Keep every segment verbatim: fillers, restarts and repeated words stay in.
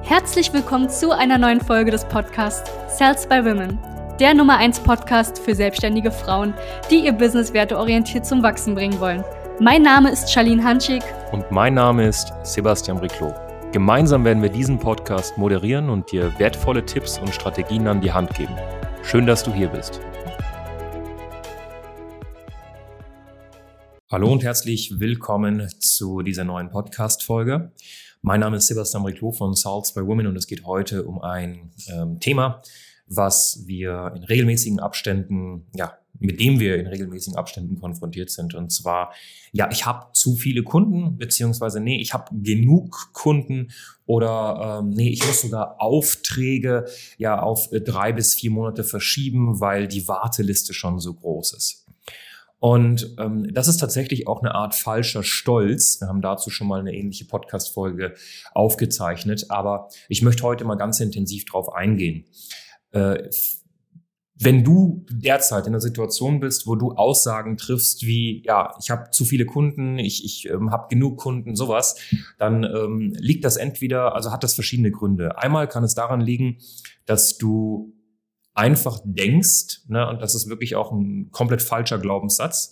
Herzlich willkommen zu einer neuen Folge des Podcasts Sales by Women, der Nummer eins Podcast für selbstständige Frauen, die ihr Business werteorientiert zum Wachsen bringen wollen. Mein Name ist Charlene Hanschig. Und mein Name ist Sebastian Riclo. Gemeinsam werden wir diesen Podcast moderieren und dir wertvolle Tipps und Strategien an die Hand geben. Schön, dass du hier bist. Hallo und herzlich willkommen zu dieser neuen Podcast-Folge. Mein Name ist Sebastian Riclo von Sales by Women und es geht heute um ein ähm, Thema, was wir in regelmäßigen Abständen, ja, mit dem wir in regelmäßigen Abständen konfrontiert sind. Und zwar, ja, ich habe zu viele Kunden, beziehungsweise nee, ich habe genug Kunden oder ähm, nee, ich muss sogar Aufträge ja auf äh, drei bis vier Monate verschieben, weil die Warteliste schon so groß ist. Und ähm, das ist tatsächlich auch eine Art falscher Stolz. Wir haben dazu schon mal eine ähnliche Podcast-Folge aufgezeichnet, aber ich möchte heute mal ganz intensiv drauf eingehen. Äh, wenn du derzeit in einer Situation bist, wo du Aussagen triffst wie, ja, ich habe zu viele Kunden, ich, ich ähm, habe genug Kunden, sowas, dann ähm, liegt das entweder, also hat das verschiedene Gründe. Einmal kann es daran liegen, dass du einfach denkst, ne, und das ist wirklich auch ein komplett falscher Glaubenssatz,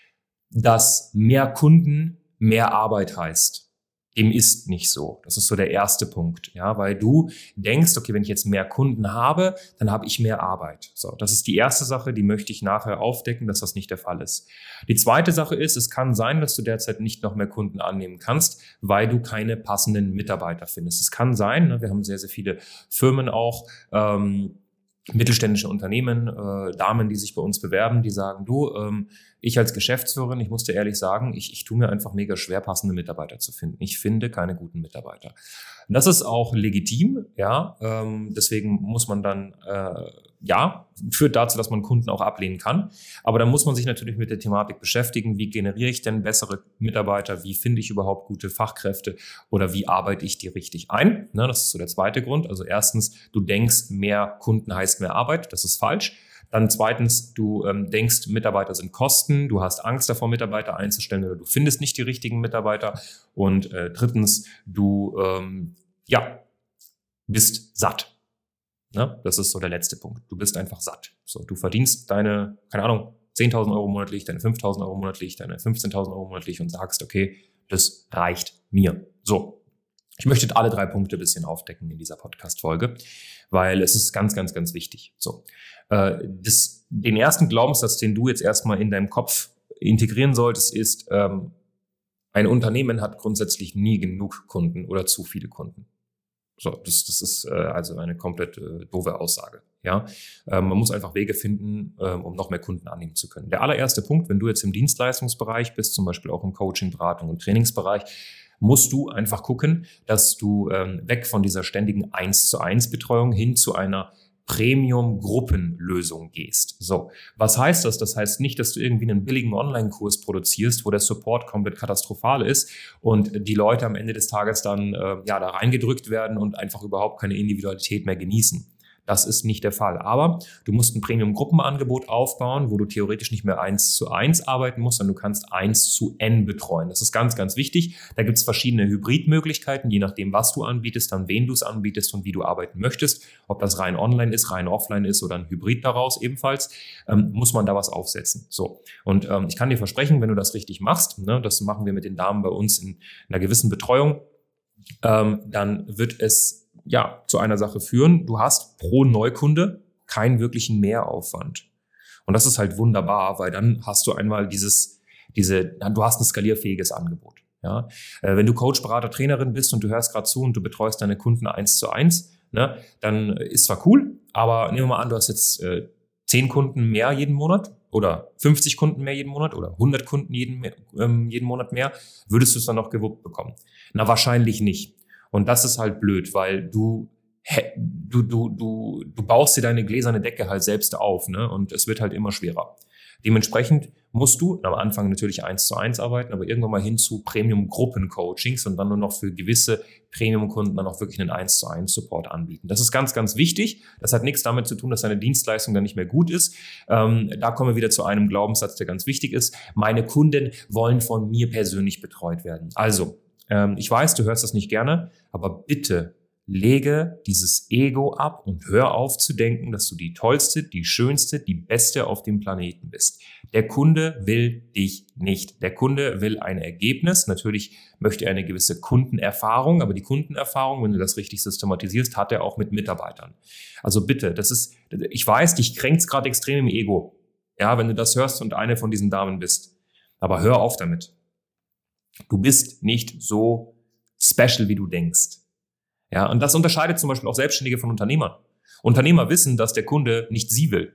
dass mehr Kunden mehr Arbeit heißt. Dem ist nicht so. Das ist so der erste Punkt, ja, weil du denkst, okay, wenn ich jetzt mehr Kunden habe, dann habe ich mehr Arbeit. So, das ist die erste Sache, die möchte ich nachher aufdecken, dass das nicht der Fall ist. Die zweite Sache ist, es kann sein, dass du derzeit nicht noch mehr Kunden annehmen kannst, weil du keine passenden Mitarbeiter findest. Es kann sein, ne, wir haben sehr, sehr viele Firmen auch, ähm, mittelständische Unternehmen, äh, Damen, die sich bei uns bewerben, die sagen, du, ähm, ich als Geschäftsführerin, ich muss dir ehrlich sagen, ich, ich tue mir einfach mega schwer, passende Mitarbeiter zu finden. Ich finde keine guten Mitarbeiter. Und das ist auch legitim, ja, ähm, deswegen muss man dann, äh, ja, führt dazu, dass man Kunden auch ablehnen kann. Aber dann muss man sich natürlich mit der Thematik beschäftigen, wie generiere ich denn bessere Mitarbeiter, wie finde ich überhaupt gute Fachkräfte oder wie arbeite ich die richtig ein? Ne, das ist so der zweite Grund. Also erstens, du denkst, mehr Kunden heißt mehr Arbeit, das ist falsch. Dann zweitens, du ähm, denkst, Mitarbeiter sind Kosten, du hast Angst davor, Mitarbeiter einzustellen oder du findest nicht die richtigen Mitarbeiter. Und äh, drittens, du ähm, ja, bist satt. Ne? Das ist so der letzte Punkt. Du bist einfach satt. So, du verdienst deine, keine Ahnung, zehntausend Euro monatlich, deine fünftausend Euro monatlich, deine fünfzehntausend Euro monatlich und sagst, okay, das reicht mir. So. Ich möchte alle drei Punkte ein bisschen aufdecken in dieser Podcast-Folge, weil es ist ganz, ganz, ganz wichtig. So, äh, das, den ersten Glaubenssatz, den du jetzt erstmal in deinem Kopf integrieren solltest, ist, ähm, ein Unternehmen hat grundsätzlich nie genug Kunden oder zu viele Kunden. So, das, das ist äh, also eine komplett äh, doofe Aussage. Ja, ähm, man muss einfach Wege finden, ähm, um noch mehr Kunden annehmen zu können. Der allererste Punkt, wenn du jetzt im Dienstleistungsbereich bist, zum Beispiel auch im Coaching, Beratung und Trainingsbereich, musst du einfach gucken, dass du ähm, weg von dieser ständigen eins zu eins Betreuung hin zu einer Premium-Gruppenlösung gehst. So, was heißt das? Das heißt nicht, dass du irgendwie einen billigen Online-Kurs produzierst, wo der Support komplett katastrophal ist und die Leute am Ende des Tages dann äh, ja da reingedrückt werden und einfach überhaupt keine Individualität mehr genießen. Das ist nicht der Fall. Aber du musst ein Premium-Gruppenangebot aufbauen, wo du theoretisch nicht mehr eins zu eins arbeiten musst, sondern du kannst eins zu n betreuen. Das ist ganz, ganz wichtig. Da gibt es verschiedene Hybridmöglichkeiten, je nachdem, was du anbietest, dann wen du es anbietest und wie du arbeiten möchtest. Ob das rein online ist, rein offline ist oder ein Hybrid daraus ebenfalls, ähm, muss man da was aufsetzen. So. Und ähm, ich kann dir versprechen, wenn du das richtig machst, ne, das machen wir mit den Damen bei uns in, in einer gewissen Betreuung, ähm, dann wird es ja, zu einer Sache führen. Du hast pro Neukunde keinen wirklichen Mehraufwand. Und das ist halt wunderbar, weil dann hast du einmal dieses, diese, du hast ein skalierfähiges Angebot. Ja, äh, wenn du Coach, Berater, Trainerin bist und du hörst gerade zu und du betreust deine Kunden eins zu eins, ne, dann ist zwar cool, aber nehmen wir mal an, du hast jetzt äh, zehn Kunden mehr jeden Monat oder fünfzig Kunden mehr jeden Monat oder hundert Kunden jeden, ähm, jeden Monat mehr, würdest du es dann noch gewuppt bekommen? Na, wahrscheinlich nicht. Und das ist halt blöd, weil du, du, du, du, du baust dir deine gläserne Decke halt selbst auf, ne? Und es wird halt immer schwerer. Dementsprechend musst du am Anfang natürlich eins zu eins arbeiten, aber irgendwann mal hin zu Premium-Gruppen-Coachings und dann nur noch für gewisse Premium-Kunden dann auch wirklich einen eins zu eins Support anbieten. Das ist ganz, ganz wichtig. Das hat nichts damit zu tun, dass deine Dienstleistung dann nicht mehr gut ist. Ähm, da kommen wir wieder zu einem Glaubenssatz, der ganz wichtig ist. Meine Kunden wollen von mir persönlich betreut werden. Also, ähm, ich weiß, du hörst das nicht gerne, aber bitte lege dieses Ego ab und hör auf zu denken, dass du die tollste, die schönste, die beste auf dem Planeten bist. Der Kunde will dich nicht. Der Kunde will ein Ergebnis. Natürlich möchte er eine gewisse Kundenerfahrung, aber die Kundenerfahrung, wenn du das richtig systematisierst, hat er auch mit Mitarbeitern. Also bitte, das ist, ich weiß, dich kränkt's gerade extrem im Ego. Ja, wenn du das hörst und eine von diesen Damen bist. Aber hör auf damit. Du bist nicht so special, wie du denkst. Ja, und das unterscheidet zum Beispiel auch Selbstständige von Unternehmern. Unternehmer wissen, dass der Kunde nicht sie will.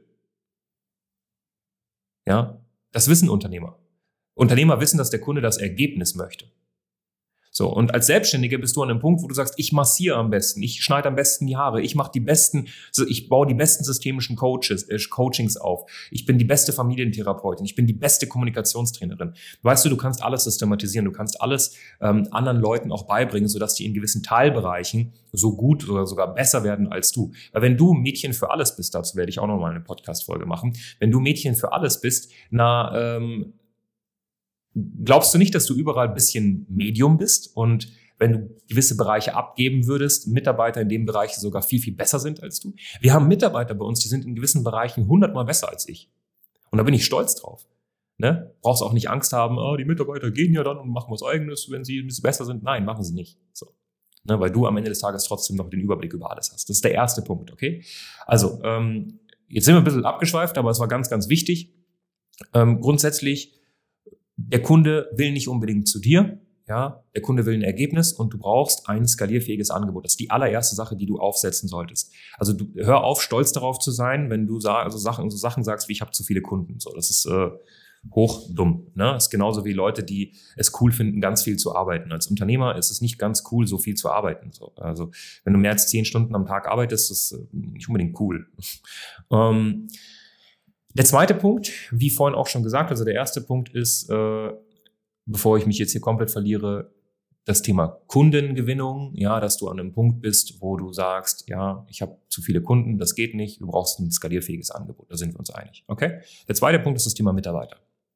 Ja, das wissen Unternehmer. Unternehmer wissen, dass der Kunde das Ergebnis möchte. So, und als Selbstständiger bist du an einem Punkt, wo du sagst, ich massiere am besten, ich schneide am besten die Haare, ich mache die besten, ich baue die besten systemischen Coaches, äh, Coachings auf, ich bin die beste Familientherapeutin, ich bin die beste Kommunikationstrainerin. Weißt du, du kannst alles systematisieren, du kannst alles ähm, anderen Leuten auch beibringen, sodass die in gewissen Teilbereichen so gut oder sogar besser werden als du. Weil wenn du Mädchen für alles bist, dazu werde ich auch nochmal eine Podcast-Folge machen, wenn du Mädchen für alles bist, na, ähm, glaubst du nicht, dass du überall ein bisschen Medium bist und wenn du gewisse Bereiche abgeben würdest, Mitarbeiter in dem Bereich sogar viel, viel besser sind als du? Wir haben Mitarbeiter bei uns, die sind in gewissen Bereichen hundertmal besser als ich. Und da bin ich stolz drauf. Ne? Brauchst auch nicht Angst haben, oh, die Mitarbeiter gehen ja dann und machen was Eigenes, wenn sie ein bisschen besser sind. Nein, machen sie nicht. So. Ne? Weil du am Ende des Tages trotzdem noch den Überblick über alles hast. Das ist der erste Punkt, okay? Also, ähm, jetzt sind wir ein bisschen abgeschweift, aber es war ganz, ganz wichtig. Ähm, grundsätzlich, der Kunde will nicht unbedingt zu dir, ja, der Kunde will ein Ergebnis und du brauchst ein skalierfähiges Angebot. Das ist die allererste Sache, die du aufsetzen solltest. Also du, hör auf, stolz darauf zu sein, wenn du sa- also Sachen, so Sachen sagst, wie ich habe zu viele Kunden. So, das ist äh, hochdumm. Ne? Das ist genauso wie Leute, die es cool finden, ganz viel zu arbeiten. Als Unternehmer ist es nicht ganz cool, so viel zu arbeiten. So, also wenn du mehr als zehn Stunden am Tag arbeitest, ist das nicht unbedingt cool. ähm, Der zweite Punkt, wie vorhin auch schon gesagt, also der erste Punkt ist, äh, bevor ich mich jetzt hier komplett verliere, das Thema Kundengewinnung, ja, dass du an einem Punkt bist, wo du sagst, ja, ich habe zu viele Kunden, das geht nicht, du brauchst ein skalierfähiges Angebot, da sind wir uns einig, okay? Der zweite Punkt ist das Thema Mitarbeiter.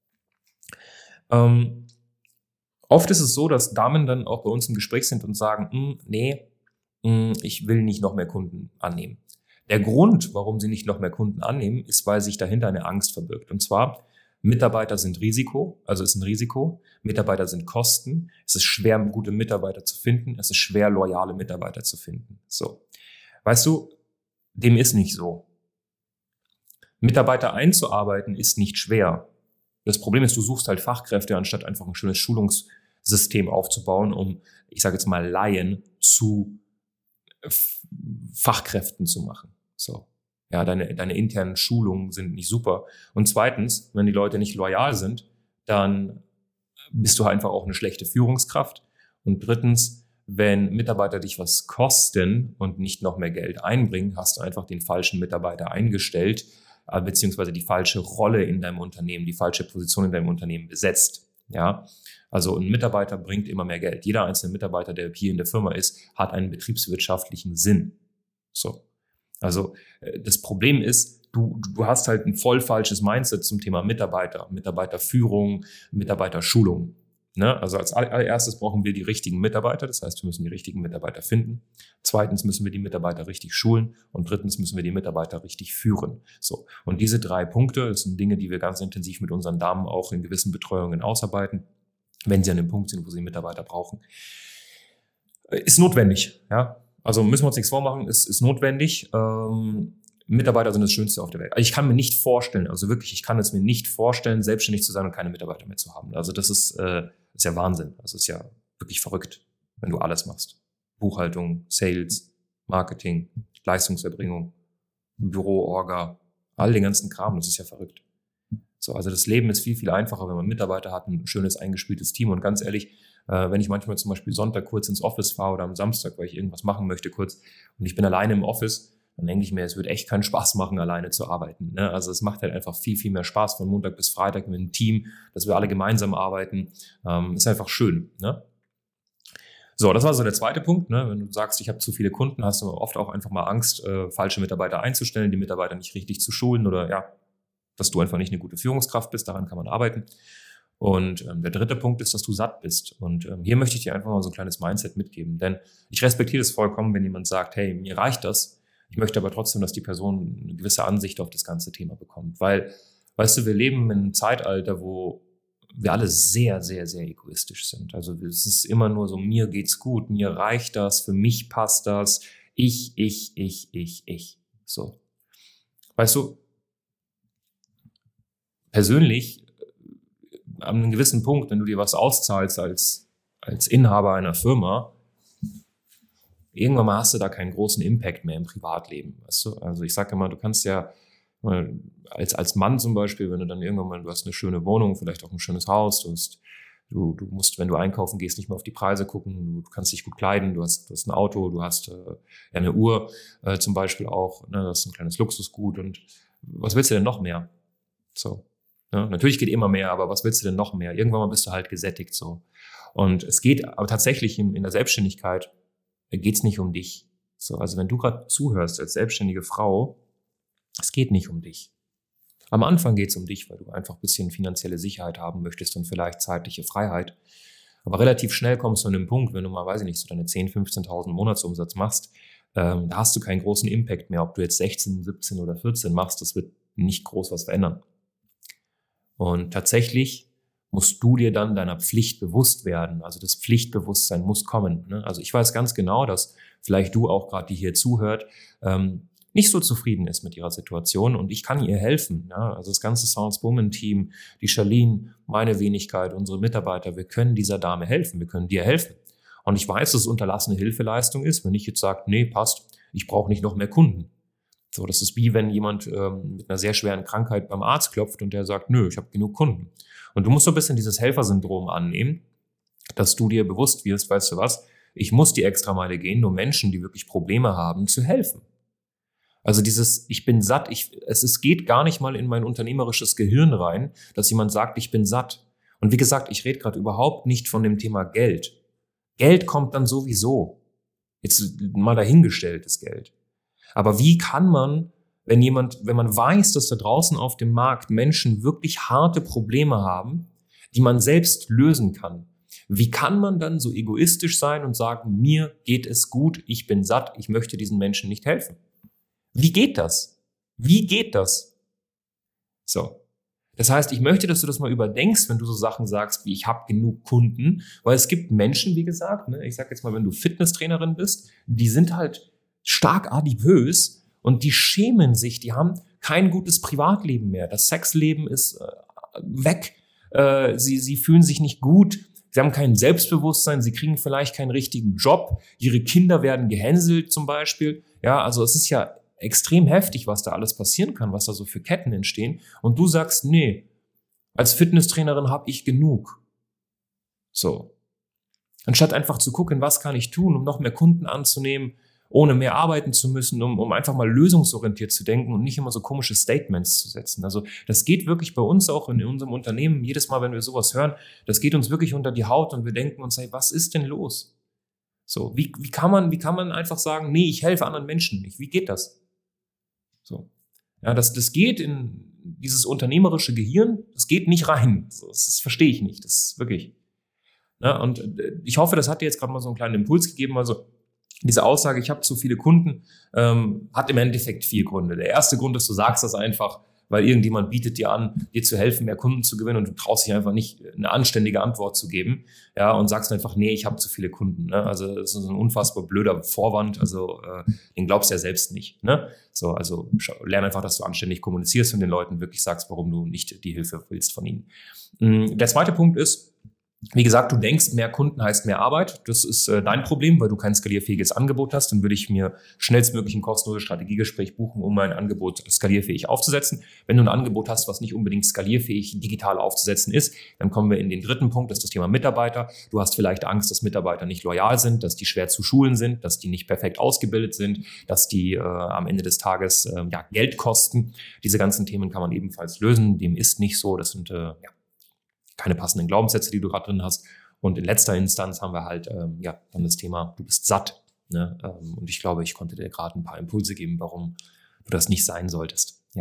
Ähm, oft ist es so, dass Damen dann auch bei uns im Gespräch sind und sagen, nee, mh, ich will nicht noch mehr Kunden annehmen. Der Grund, warum sie nicht noch mehr Kunden annehmen, ist, weil sich dahinter eine Angst verbirgt. Und zwar, Mitarbeiter sind Risiko, also ist ein Risiko. Mitarbeiter sind Kosten. Es ist schwer, gute Mitarbeiter zu finden. Es ist schwer, loyale Mitarbeiter zu finden. So. Weißt du, dem ist nicht so. Mitarbeiter einzuarbeiten ist nicht schwer. Das Problem ist, du suchst halt Fachkräfte, anstatt einfach ein schönes Schulungssystem aufzubauen, um, ich sage jetzt mal, Laien zu Fachkräften zu machen. So. Ja, deine, deine internen Schulungen sind nicht super. Und zweitens, wenn die Leute nicht loyal sind, dann bist du einfach auch eine schlechte Führungskraft. Und drittens, wenn Mitarbeiter dich was kosten und nicht noch mehr Geld einbringen, hast du einfach den falschen Mitarbeiter eingestellt, beziehungsweise die falsche Rolle in deinem Unternehmen, die falsche Position in deinem Unternehmen besetzt. Ja, also ein Mitarbeiter bringt immer mehr Geld. Jeder einzelne Mitarbeiter, der hier in der Firma ist, hat einen betriebswirtschaftlichen Sinn. So. Also das Problem ist, du, du hast halt ein voll falsches Mindset zum Thema Mitarbeiter, Mitarbeiterführung, Mitarbeiterschulung. Ne? Also als allererstes brauchen wir die richtigen Mitarbeiter. Das heißt, wir müssen die richtigen Mitarbeiter finden. Zweitens müssen wir die Mitarbeiter richtig schulen. Und drittens müssen wir die Mitarbeiter richtig führen. So. Und diese drei Punkte, das sind Dinge, die wir ganz intensiv mit unseren Damen auch in gewissen Betreuungen ausarbeiten, wenn sie an dem Punkt sind, wo sie Mitarbeiter brauchen. Ist notwendig, ja. Also müssen wir uns nichts vormachen, ist, ist notwendig. Ähm, Mitarbeiter sind das Schönste auf der Welt. Also ich kann mir nicht vorstellen, also wirklich, ich kann es mir nicht vorstellen, selbstständig zu sein und keine Mitarbeiter mehr zu haben. Also das ist, äh, das ist ja Wahnsinn. Also es ist ja wirklich verrückt, wenn du alles machst. Buchhaltung, Sales, Marketing, Leistungserbringung, Büro, Orga, all den ganzen Kram, das ist ja verrückt. So, also das Leben ist viel, viel einfacher, wenn man Mitarbeiter hat, ein schönes, eingespieltes Team. Und ganz ehrlich, äh, wenn ich manchmal zum Beispiel Sonntag kurz ins Office fahre oder am Samstag, weil ich irgendwas machen möchte kurz und ich bin alleine im Office, dann denke ich mir, es wird echt keinen Spaß machen, alleine zu arbeiten. Ne? Also es macht halt einfach viel, viel mehr Spaß von Montag bis Freitag mit einem Team, dass wir alle gemeinsam arbeiten. Ähm, ist einfach schön. Ne? So, das war so der zweite Punkt. Ne? Wenn du sagst, ich habe zu viele Kunden, hast du oft auch einfach mal Angst, äh, falsche Mitarbeiter einzustellen, die Mitarbeiter nicht richtig zu schulen oder ja, dass du einfach nicht eine gute Führungskraft bist. Daran kann man arbeiten. Und ähm, der dritte Punkt ist, dass du satt bist. Und ähm, hier möchte ich dir einfach mal so ein kleines Mindset mitgeben. Denn ich respektiere es vollkommen, wenn jemand sagt, hey, mir reicht das. Ich möchte aber trotzdem, dass die Person eine gewisse Ansicht auf das ganze Thema bekommt. Weil, weißt du, wir leben in einem Zeitalter, wo wir alle sehr, sehr, sehr egoistisch sind. Also es ist immer nur so, mir geht's gut, mir reicht das, für mich passt das. Ich, ich, ich, ich, ich. So. Weißt du, persönlich, an einem gewissen Punkt, wenn du dir was auszahlst als, als Inhaber einer Firma, irgendwann mal hast du da keinen großen Impact mehr im Privatleben. Weißt du? Also ich sage immer, du kannst ja als, als Mann zum Beispiel, wenn du dann irgendwann mal, du hast eine schöne Wohnung, vielleicht auch ein schönes Haus, du hast, du, du musst, wenn du einkaufen gehst, nicht mehr auf die Preise gucken, du kannst dich gut kleiden, du hast, du hast ein Auto, du hast äh, eine Uhr äh, zum Beispiel auch, ne, das ist ein kleines Luxusgut und was willst du denn noch mehr? So. Ja, natürlich geht immer mehr, aber was willst du denn noch mehr? Irgendwann mal bist du halt gesättigt so. Und es geht aber tatsächlich in, in der Selbstständigkeit, geht es nicht um dich. So, also wenn du gerade zuhörst als selbstständige Frau, es geht nicht um dich. Am Anfang geht es um dich, weil du einfach ein bisschen finanzielle Sicherheit haben möchtest und vielleicht zeitliche Freiheit. Aber relativ schnell kommst du an den Punkt, wenn du mal, weiß ich nicht, so deine zehntausend, fünfzehntausend Monatsumsatz machst, ähm, da hast du keinen großen Impact mehr. Ob du jetzt sechzehn, siebzehn oder vierzehn machst, das wird nicht groß was verändern. Und tatsächlich musst du dir dann deiner Pflicht bewusst werden. Also das Pflichtbewusstsein muss kommen. Ne? Also ich weiß ganz genau, dass vielleicht du auch gerade, die hier zuhört, ähm, nicht so zufrieden ist mit ihrer Situation und ich kann ihr helfen. Ja? Also das ganze Salzwoman-Team, die Charlene, meine Wenigkeit, unsere Mitarbeiter, wir können dieser Dame helfen, wir können dir helfen. Und ich weiß, dass es unterlassene Hilfeleistung ist, wenn ich jetzt sage, nee, passt, ich brauche nicht noch mehr Kunden. So, das ist wie wenn jemand ähm, mit einer sehr schweren Krankheit beim Arzt klopft und der sagt, nö, ich habe genug Kunden. Und du musst so ein bisschen dieses Helfersyndrom annehmen, dass du dir bewusst wirst, weißt du was, ich muss die Extrameile gehen, um Menschen, die wirklich Probleme haben, zu helfen. Also dieses, ich bin satt, ich, es, es geht gar nicht mal in mein unternehmerisches Gehirn rein, dass jemand sagt, ich bin satt. Und wie gesagt, ich rede gerade überhaupt nicht von dem Thema Geld. Geld kommt dann sowieso. Jetzt mal dahingestelltes Geld. Aber wie kann man, wenn jemand, wenn man weiß, dass da draußen auf dem Markt Menschen wirklich harte Probleme haben, die man selbst lösen kann, wie kann man dann so egoistisch sein und sagen, mir geht es gut, ich bin satt, ich möchte diesen Menschen nicht helfen? Wie geht das? Wie geht das? So. Das heißt, ich möchte, dass du das mal überdenkst, wenn du so Sachen sagst, wie ich habe genug Kunden, weil es gibt Menschen, wie gesagt, ne, ich sag jetzt mal, wenn du Fitnesstrainerin bist, die sind halt stark adipös und die schämen sich, die haben kein gutes Privatleben mehr. Das Sexleben ist äh, weg, äh, sie, sie fühlen sich nicht gut, sie haben kein Selbstbewusstsein, sie kriegen vielleicht keinen richtigen Job, ihre Kinder werden gehänselt zum Beispiel. Ja, also es ist ja extrem heftig, was da alles passieren kann, was da so für Ketten entstehen. Und du sagst, nee, als Fitnesstrainerin habe ich genug. So. Anstatt einfach zu gucken, was kann ich tun, um noch mehr Kunden anzunehmen, ohne mehr arbeiten zu müssen, um, um einfach mal lösungsorientiert zu denken und nicht immer so komische Statements zu setzen. Also das geht wirklich bei uns auch in unserem Unternehmen, jedes Mal, wenn wir sowas hören, das geht uns wirklich unter die Haut und wir denken uns, hey, was ist denn los? So, wie, wie kann man, wie kann man einfach sagen, nee, ich helfe anderen Menschen nicht? Wie geht das? So. Ja, das, das geht in dieses unternehmerische Gehirn, das geht nicht rein. Das, das verstehe ich nicht. Das ist wirklich. Ja, und ich hoffe, das hat dir jetzt gerade mal so einen kleinen Impuls gegeben. Also, diese Aussage, ich habe zu viele Kunden, ähm, hat im Endeffekt vier Gründe. Der erste Grund ist, du sagst das einfach, weil irgendjemand bietet dir an, dir zu helfen, mehr Kunden zu gewinnen und du traust dich einfach nicht, eine anständige Antwort zu geben, ja, und sagst einfach, nee, ich habe zu viele Kunden. Ne? Also das ist ein unfassbar blöder Vorwand, also äh, den glaubst du ja selbst nicht. Ne? So, also lern einfach, dass du anständig kommunizierst und den Leuten wirklich sagst, warum du nicht die Hilfe willst von ihnen. Der zweite Punkt ist, wie gesagt, du denkst, mehr Kunden heißt mehr Arbeit. Das ist äh, dein Problem, weil du kein skalierfähiges Angebot hast. Dann würde ich mir schnellstmöglich ein kostenloses Strategiegespräch buchen, um mein Angebot skalierfähig aufzusetzen. Wenn du ein Angebot hast, was nicht unbedingt skalierfähig digital aufzusetzen ist, dann kommen wir in den dritten Punkt, das ist das Thema Mitarbeiter. Du hast vielleicht Angst, dass Mitarbeiter nicht loyal sind, dass die schwer zu schulen sind, dass die nicht perfekt ausgebildet sind, dass die äh, am Ende des Tages äh, ja, Geld kosten. Diese ganzen Themen kann man ebenfalls lösen. Dem ist nicht so. Das sind äh, ja, keine passenden Glaubenssätze, die du gerade drin hast. Und in letzter Instanz haben wir halt ähm, ja dann das Thema, du bist satt. Ne? Ähm, und ich glaube, ich konnte dir gerade ein paar Impulse geben, warum du das nicht sein solltest. Ja.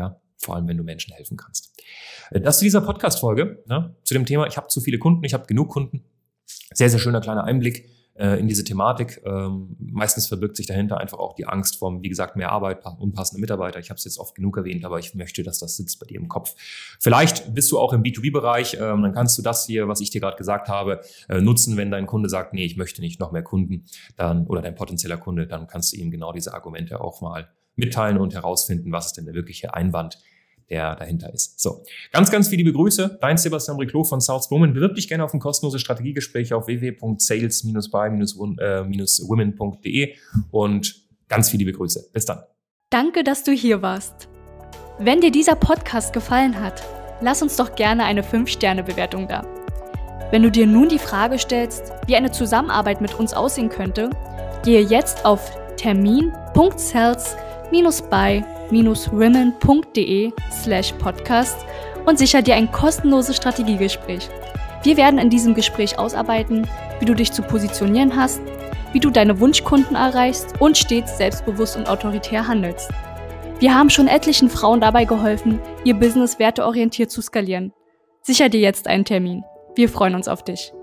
vor allem wenn du Menschen helfen kannst. Das zu dieser Podcast-Folge, ne, zu dem Thema, ich habe zu viele Kunden, ich habe genug Kunden. Sehr, sehr schöner kleiner Einblick äh, in diese Thematik. Ähm, meistens verbirgt sich dahinter einfach auch die Angst vor, wie gesagt, mehr Arbeit, unpassende Mitarbeiter. Ich habe es jetzt oft genug erwähnt, aber ich möchte, dass das sitzt bei dir im Kopf. Vielleicht bist du auch im B zwei B-Bereich, ähm, dann kannst du das hier, was ich dir gerade gesagt habe, äh, nutzen, wenn dein Kunde sagt, nee, ich möchte nicht noch mehr Kunden, dann oder dein potenzieller Kunde, dann kannst du ihm genau diese Argumente auch mal mitteilen und herausfinden, was ist denn der wirkliche Einwand, der dahinter ist. So, ganz, ganz viele liebe Grüße. Dein Sebastian Briclot von Salz by Women. Bewirb dich gerne auf ein kostenloses Strategiegespräch auf w w w punkt sales dash by dash women punkt d e und ganz viele liebe Grüße. Bis dann. Danke, dass du hier warst. Wenn dir dieser Podcast gefallen hat, lass uns doch gerne eine fünf Sterne Bewertung da. Wenn du dir nun die Frage stellst, wie eine Zusammenarbeit mit uns aussehen könnte, gehe jetzt auf termin punkt sales dash by dash women punkt d e slash podcast und sicher dir ein kostenloses Strategiegespräch. Wir werden in diesem Gespräch ausarbeiten, wie du dich zu positionieren hast, wie du deine Wunschkunden erreichst und stets selbstbewusst und autoritär handelst. Wir haben schon etlichen Frauen dabei geholfen, ihr Business werteorientiert zu skalieren. Sicher dir jetzt einen Termin. Wir freuen uns auf dich.